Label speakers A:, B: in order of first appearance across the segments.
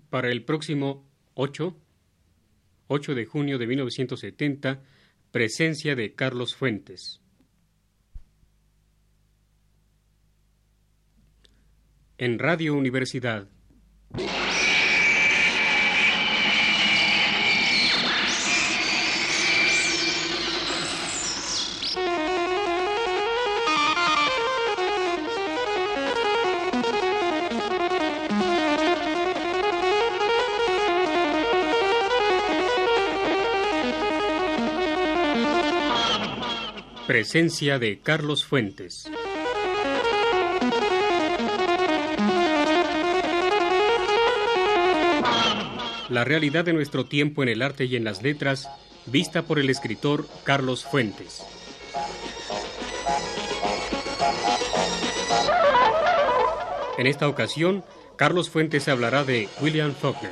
A: Para el próximo 8 de junio de 1970, presencia de Carlos Fuentes. En Radio Universidad. Presencia de Carlos Fuentes. La realidad de nuestro tiempo en el arte y en las letras, vista por el escritor Carlos Fuentes. En esta ocasión, Carlos Fuentes hablará de William Faulkner.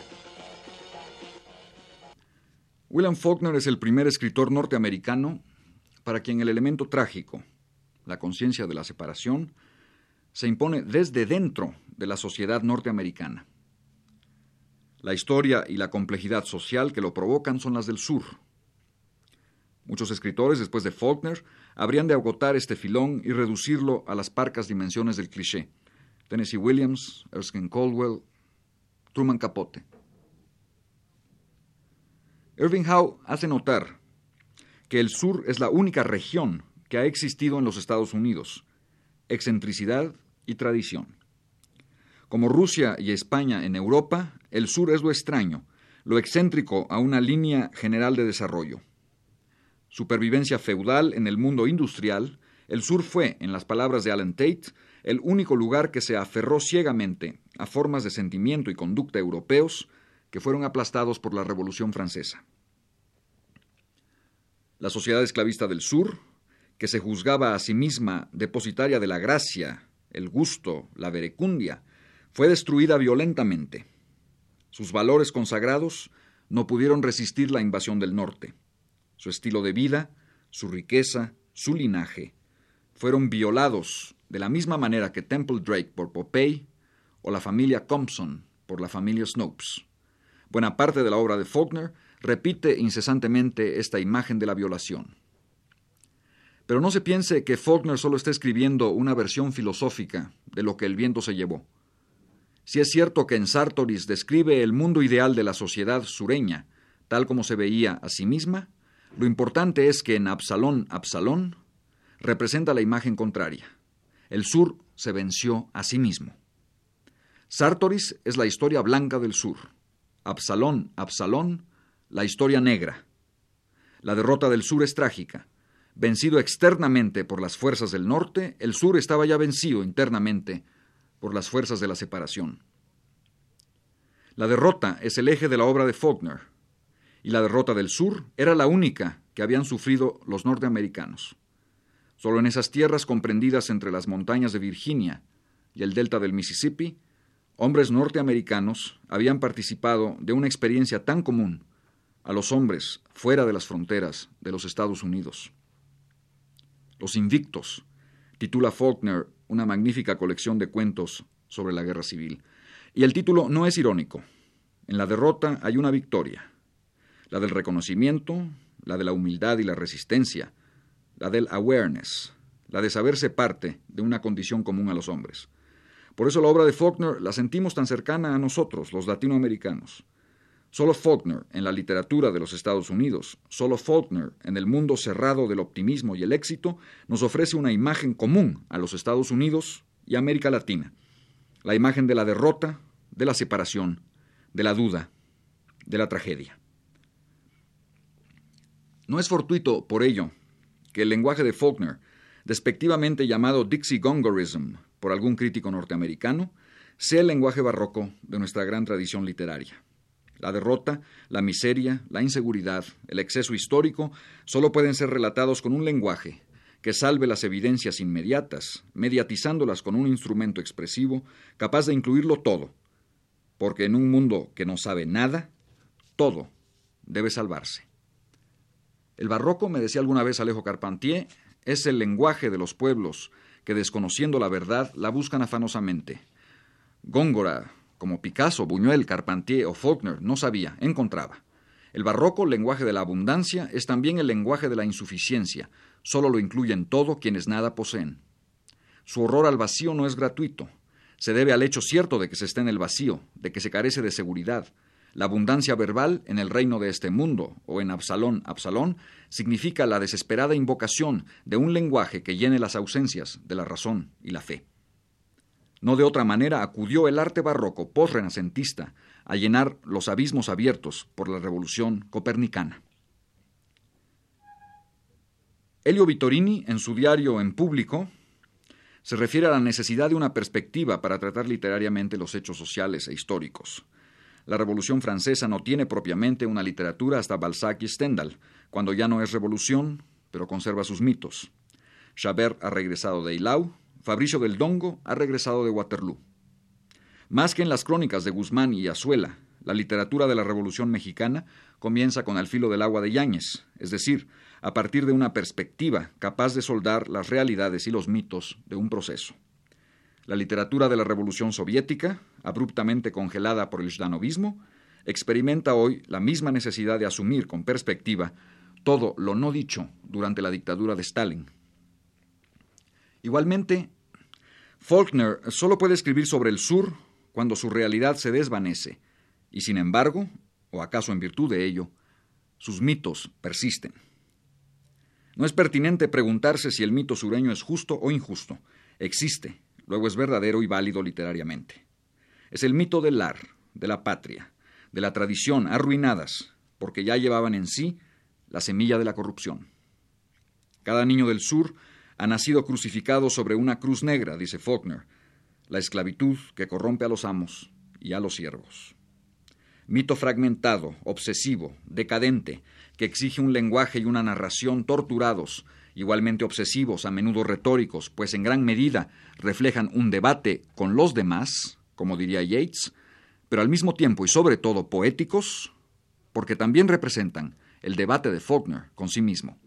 B: William Faulkner es el primer escritor norteamericano para quien el elemento trágico, la conciencia de la separación, se impone desde dentro de la sociedad norteamericana. La historia y la complejidad social que lo provocan son las del sur. Muchos escritores, después de Faulkner, habrían de agotar este filón y reducirlo a las parcas dimensiones del cliché. Tennessee Williams, Erskine Caldwell, Truman Capote. Irving Howe hace notar que el sur es la única región que ha existido en los Estados Unidos, excentricidad y tradición. Como Rusia y España en Europa, el sur es lo extraño, lo excéntrico a una línea general de desarrollo. Supervivencia feudal en el mundo industrial, el sur fue, en las palabras de Alan Tate, el único lugar que se aferró ciegamente a formas de sentimiento y conducta europeos que fueron aplastados por la Revolución Francesa. La sociedad esclavista del sur, que se juzgaba a sí misma depositaria de la gracia, el gusto, la verecundia, fue destruida violentamente. Sus valores consagrados no pudieron resistir la invasión del norte. Su estilo de vida, su riqueza, su linaje, fueron violados de la misma manera que Temple Drake por Popeye o la familia Compson por la familia Snopes. Buena parte de la obra de Faulkner repite incesantemente esta imagen de la violación. Pero no se piense que Faulkner solo está escribiendo una versión filosófica de lo que el viento se llevó. Si es cierto que en Sartoris describe el mundo ideal de la sociedad sureña, tal como se veía a sí misma, lo importante es que en Absalón, Absalón, representa la imagen contraria. El sur se venció a sí mismo. Sartoris es la historia blanca del sur. Absalón, Absalón, la historia negra. La derrota del sur es trágica. Vencido externamente por las fuerzas del norte, el sur estaba ya vencido internamente por las fuerzas de la separación. La derrota es el eje de la obra de Faulkner, y la derrota del sur era la única que habían sufrido los norteamericanos. Solo en esas tierras comprendidas entre las montañas de Virginia y el delta del Mississippi, hombres norteamericanos habían participado de una experiencia tan común a los hombres fuera de las fronteras de los Estados Unidos. Los Invictos, titula Faulkner una magnífica colección de cuentos sobre la guerra civil. Y el título no es irónico. En la derrota hay una victoria. La del reconocimiento, la de la humildad y la resistencia, la del awareness, la de saberse parte de una condición común a los hombres. Por eso la obra de Faulkner la sentimos tan cercana a nosotros, los latinoamericanos. Solo Faulkner en la literatura de los Estados Unidos, solo Faulkner en el mundo cerrado del optimismo y el éxito, nos ofrece una imagen común a los Estados Unidos y a América Latina. La imagen de la derrota, de la separación, de la duda, de la tragedia. No es fortuito, por ello, que el lenguaje de Faulkner, despectivamente llamado Dixie-Gongorism por algún crítico norteamericano, sea el lenguaje barroco de nuestra gran tradición literaria. La derrota, la miseria, la inseguridad, el exceso histórico, solo pueden ser relatados con un lenguaje que salve las evidencias inmediatas, mediatizándolas con un instrumento expresivo capaz de incluirlo todo, porque en un mundo que no sabe nada, todo debe salvarse. El barroco, me decía alguna vez Alejo Carpentier, es el lenguaje de los pueblos que, desconociendo la verdad, la buscan afanosamente. Góngora, como Picasso, Buñuel, Carpentier o Faulkner, no sabía, encontraba. El barroco, lenguaje de la abundancia, es también el lenguaje de la insuficiencia. Solo lo incluyen todo quienes nada poseen. Su horror al vacío no es gratuito. Se debe al hecho cierto de que se está en el vacío, de que se carece de seguridad. La abundancia verbal en el reino de este mundo, o en Absalón, Absalón, significa la desesperada invocación de un lenguaje que llene las ausencias de la razón y la fe. No de otra manera acudió el arte barroco posrenacentista a llenar los abismos abiertos por la revolución copernicana. Elio Vittorini, en su diario En Público, se refiere a la necesidad de una perspectiva para tratar literariamente los hechos sociales e históricos. La Revolución Francesa no tiene propiamente una literatura hasta Balzac y Stendhal, cuando ya no es revolución, pero conserva sus mitos. Chabert ha regresado de Eylau, Fabricio del Dongo ha regresado de Waterloo. Más que en las crónicas de Guzmán y Azuela, la literatura de la Revolución Mexicana comienza con Al filo del agua de Yáñez, es decir, a partir de una perspectiva capaz de soldar las realidades y los mitos de un proceso. La literatura de la Revolución Soviética, abruptamente congelada por el Jdanovismo, experimenta hoy la misma necesidad de asumir con perspectiva todo lo no dicho durante la dictadura de Stalin. Igualmente, Faulkner solo puede escribir sobre el sur cuando su realidad se desvanece, y sin embargo, o acaso en virtud de ello, sus mitos persisten. No es pertinente preguntarse si el mito sureño es justo o injusto. Existe, luego es verdadero y válido literariamente. Es el mito del lar, de la patria, de la tradición, arruinadas, porque ya llevaban en sí la semilla de la corrupción. Cada niño del sur ha nacido crucificado sobre una cruz negra, dice Faulkner, la esclavitud que corrompe a los amos y a los siervos. Mito fragmentado, obsesivo, decadente, que exige un lenguaje y una narración torturados, igualmente obsesivos, a menudo retóricos, pues en gran medida reflejan un debate con los demás, como diría Yeats, pero al mismo tiempo y sobre todo poéticos, porque también representan el debate de Faulkner con sí mismo.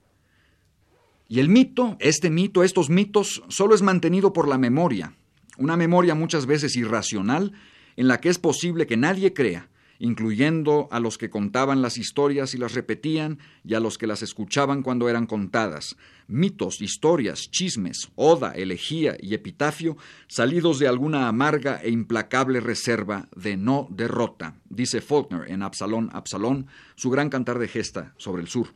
B: Y el mito, estos mitos, solo es mantenido por la memoria, una memoria muchas veces irracional, en la que es posible que nadie crea, incluyendo a los que contaban las historias y las repetían y a los que las escuchaban cuando eran contadas. Mitos, historias, chismes, oda, elegía y epitafio salidos de alguna amarga e implacable reserva de no derrota, dice Faulkner en Absalón, Absalón, su gran cantar de gesta sobre el sur.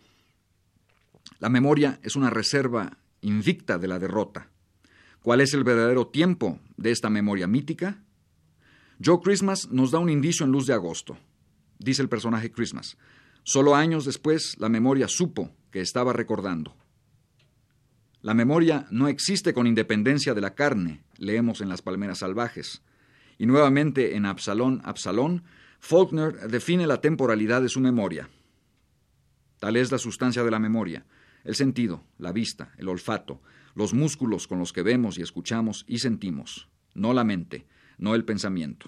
B: La memoria es una reserva invicta de la derrota. ¿Cuál es el verdadero tiempo de esta memoria mítica? Joe Christmas nos da un indicio en Luz de Agosto. Dice el personaje Christmas. Solo años después, la memoria supo que estaba recordando. La memoria no existe con independencia de la carne, leemos en Las Palmeras Salvajes. Y nuevamente en Absalón, Absalón, Faulkner define la temporalidad de su memoria. Tal es la sustancia de la memoria, el sentido, la vista, el olfato, los músculos con los que vemos y escuchamos y sentimos, no la mente, no el pensamiento.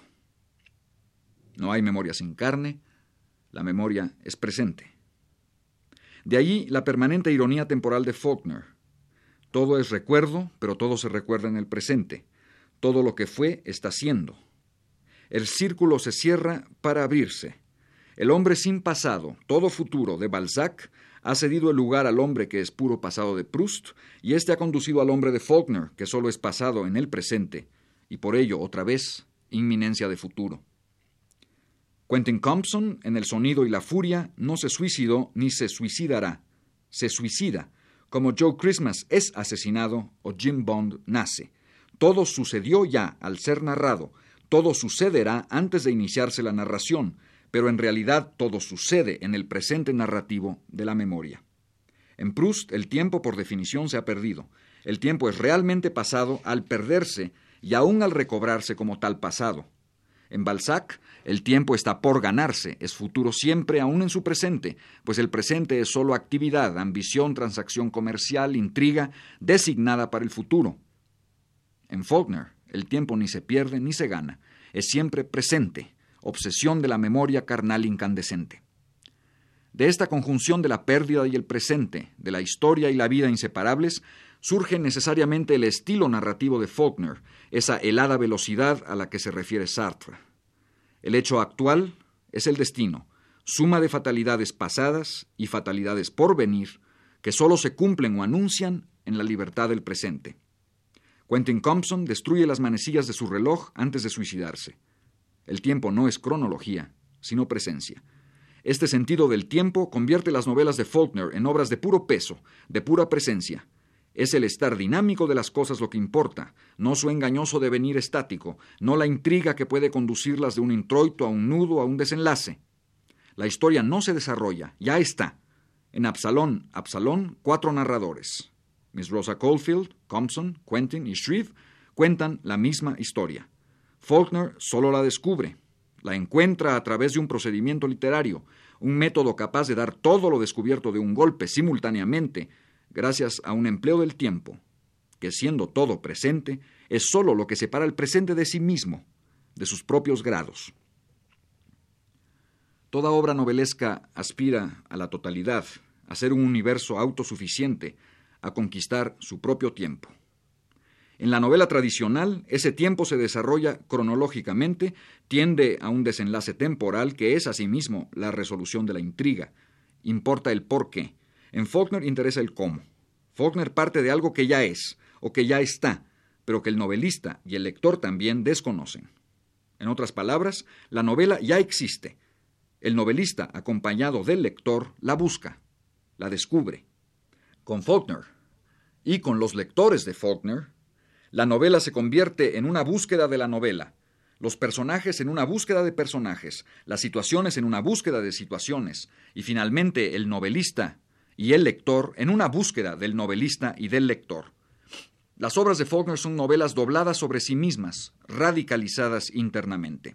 B: No hay memoria sin carne, la memoria es presente. De allí la permanente ironía temporal de Faulkner. Todo es recuerdo, pero todo se recuerda en el presente. Todo lo que fue está siendo. El círculo se cierra para abrirse. El hombre sin pasado, todo futuro de Balzac, ha cedido el lugar al hombre que es puro pasado de Proust, y este ha conducido al hombre de Faulkner, que solo es pasado en el presente, y por ello, otra vez, inminencia de futuro. Quentin Compson, en El sonido y la furia, no se suicidó ni se suicidará. Se suicida, como Joe Christmas es asesinado o Jim Bond nace. Todo sucedió ya al ser narrado, todo sucederá antes de iniciarse la narración, pero en realidad todo sucede en el presente narrativo de la memoria. En Proust, el tiempo por definición se ha perdido. El tiempo es realmente pasado al perderse y aún al recobrarse como tal pasado. En Balzac, el tiempo está por ganarse, es futuro siempre aún en su presente, pues el presente es solo actividad, ambición, transacción comercial, intriga, designada para el futuro. En Faulkner, el tiempo ni se pierde ni se gana, es siempre presente, obsesión de la memoria carnal incandescente. De esta conjunción de la pérdida y el presente, de la historia y la vida inseparables, surge necesariamente el estilo narrativo de Faulkner, esa helada velocidad a la que se refiere Sartre. El hecho actual es el destino, suma de fatalidades pasadas y fatalidades por venir que solo se cumplen o anuncian en la libertad del presente. Quentin Compson destruye las manecillas de su reloj antes de suicidarse. El tiempo no es cronología, sino presencia. Este sentido del tiempo convierte las novelas de Faulkner en obras de puro peso, de pura presencia. Es el estar dinámico de las cosas lo que importa, no su engañoso devenir estático, no la intriga que puede conducirlas de un introito a un nudo, a un desenlace. La historia no se desarrolla, ya está. En Absalón, 4 narradores. Miss Rosa Caulfield, Compson, Quentin y Shreve cuentan la misma historia. Faulkner solo la descubre, la encuentra a través de un procedimiento literario, un método capaz de dar todo lo descubierto de un golpe simultáneamente, gracias a un empleo del tiempo, que siendo todo presente, es solo lo que separa el presente de sí mismo, de sus propios grados. Toda obra novelesca aspira a la totalidad, a ser un universo autosuficiente, a conquistar su propio tiempo. En la novela tradicional, ese tiempo se desarrolla cronológicamente, tiende a un desenlace temporal que es asimismo la resolución de la intriga. Importa el por qué. En Faulkner interesa el cómo. Faulkner parte de algo que ya es, o que ya está, pero que el novelista y el lector también desconocen. En otras palabras, la novela ya existe. El novelista, acompañado del lector, la busca, la descubre. Con Faulkner y con los lectores de Faulkner, la novela se convierte en una búsqueda de la novela, los personajes en una búsqueda de personajes, las situaciones en una búsqueda de situaciones, y finalmente el novelista y el lector en una búsqueda del novelista y del lector. Las obras de Faulkner son novelas dobladas sobre sí mismas, radicalizadas internamente.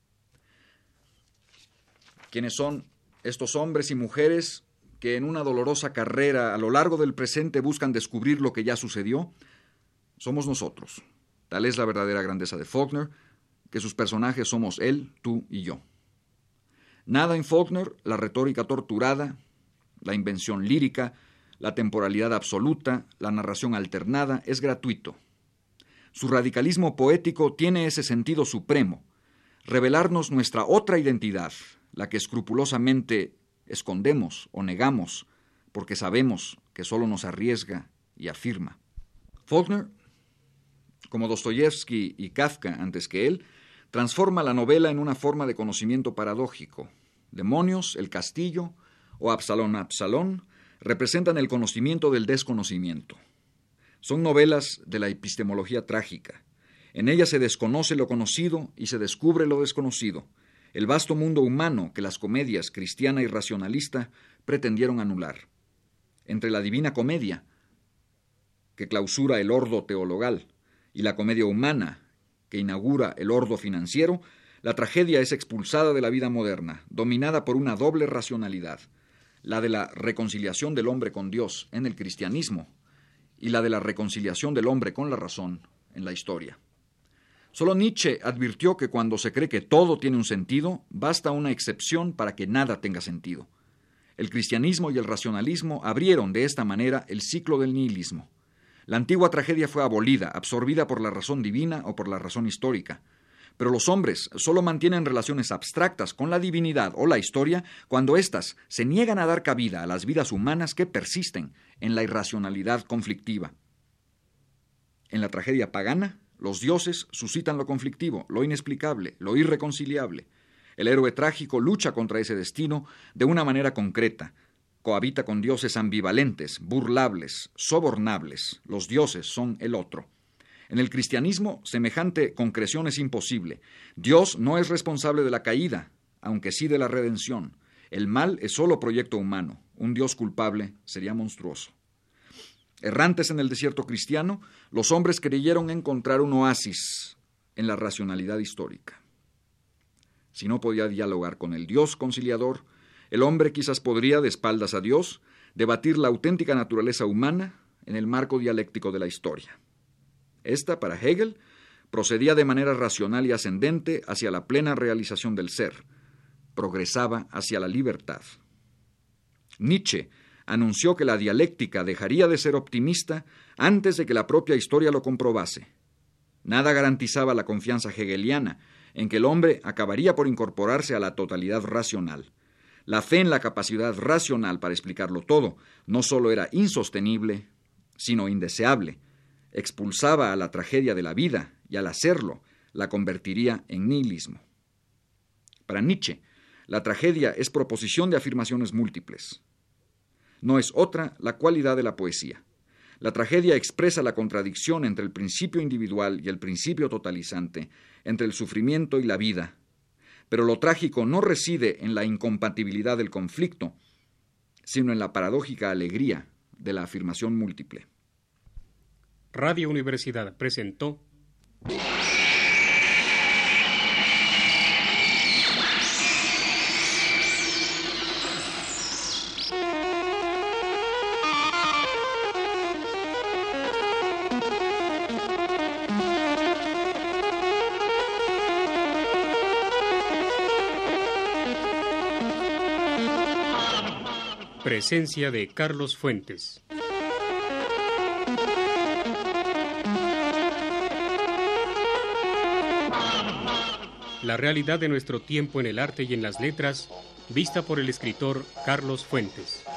B: ¿Quiénes son estos hombres y mujeres que en una dolorosa carrera a lo largo del presente buscan descubrir lo que ya sucedió? Somos nosotros. Tal es la verdadera grandeza de Faulkner, que sus personajes somos él, tú y yo. Nada en Faulkner, la retórica torturada, la invención lírica, la temporalidad absoluta, la narración alternada, es gratuito. Su radicalismo poético tiene ese sentido supremo, revelarnos nuestra otra identidad, la que escrupulosamente escondemos o negamos, porque sabemos que solo nos arriesga y afirma. Faulkner, como Dostoyevsky y Kafka antes que él, transforma la novela en una forma de conocimiento paradójico. Demonios, el castillo o Absalón representan el conocimiento del desconocimiento. Son novelas de la epistemología trágica. En ellas se desconoce lo conocido y se descubre lo desconocido, el vasto mundo humano que las comedias cristiana y racionalista pretendieron anular. Entre la Divina Comedia, que clausura el ordo teologal, y la comedia humana, que inaugura el ordo financiero, la tragedia es expulsada de la vida moderna, dominada por una doble racionalidad, la de la reconciliación del hombre con Dios en el cristianismo y la de la reconciliación del hombre con la razón en la historia. Solo Nietzsche advirtió que cuando se cree que todo tiene un sentido, basta una excepción para que nada tenga sentido. El cristianismo y el racionalismo abrieron de esta manera el ciclo del nihilismo. La antigua tragedia fue abolida, absorbida por la razón divina o por la razón histórica. Pero los hombres solo mantienen relaciones abstractas con la divinidad o la historia cuando éstas se niegan a dar cabida a las vidas humanas que persisten en la irracionalidad conflictiva. En la tragedia pagana, los dioses suscitan lo conflictivo, lo inexplicable, lo irreconciliable. El héroe trágico lucha contra ese destino de una manera concreta. Cohabita con dioses ambivalentes, burlables, sobornables. Los dioses son el otro. En el cristianismo, semejante concreción es imposible. Dios no es responsable de la caída, aunque sí de la redención. El mal es solo proyecto humano. Un Dios culpable sería monstruoso. Errantes en el desierto cristiano, los hombres creyeron encontrar un oasis en la racionalidad histórica. Si no podía dialogar con el Dios conciliador, el hombre quizás podría, de espaldas a Dios, debatir la auténtica naturaleza humana en el marco dialéctico de la historia. Esta, para Hegel, procedía de manera racional y ascendente hacia la plena realización del ser, progresaba hacia la libertad. Nietzsche anunció que la dialéctica dejaría de ser optimista antes de que la propia historia lo comprobase. Nada garantizaba la confianza hegeliana en que el hombre acabaría por incorporarse a la totalidad racional. La fe en la capacidad racional para explicarlo todo no solo era insostenible, sino indeseable. Expulsaba a la tragedia de la vida y al hacerlo la convertiría en nihilismo. Para Nietzsche, la tragedia es proposición de afirmaciones múltiples. No es otra la cualidad de la poesía. La tragedia expresa la contradicción entre el principio individual y el principio totalizante, entre el sufrimiento y la vida. Pero lo trágico no reside en la incompatibilidad del conflicto, sino en la paradójica alegría de la afirmación múltiple.
A: Radio Universidad presentó Presencia de Carlos Fuentes. La realidad de nuestro tiempo en el arte y en las letras, vista por el escritor Carlos Fuentes.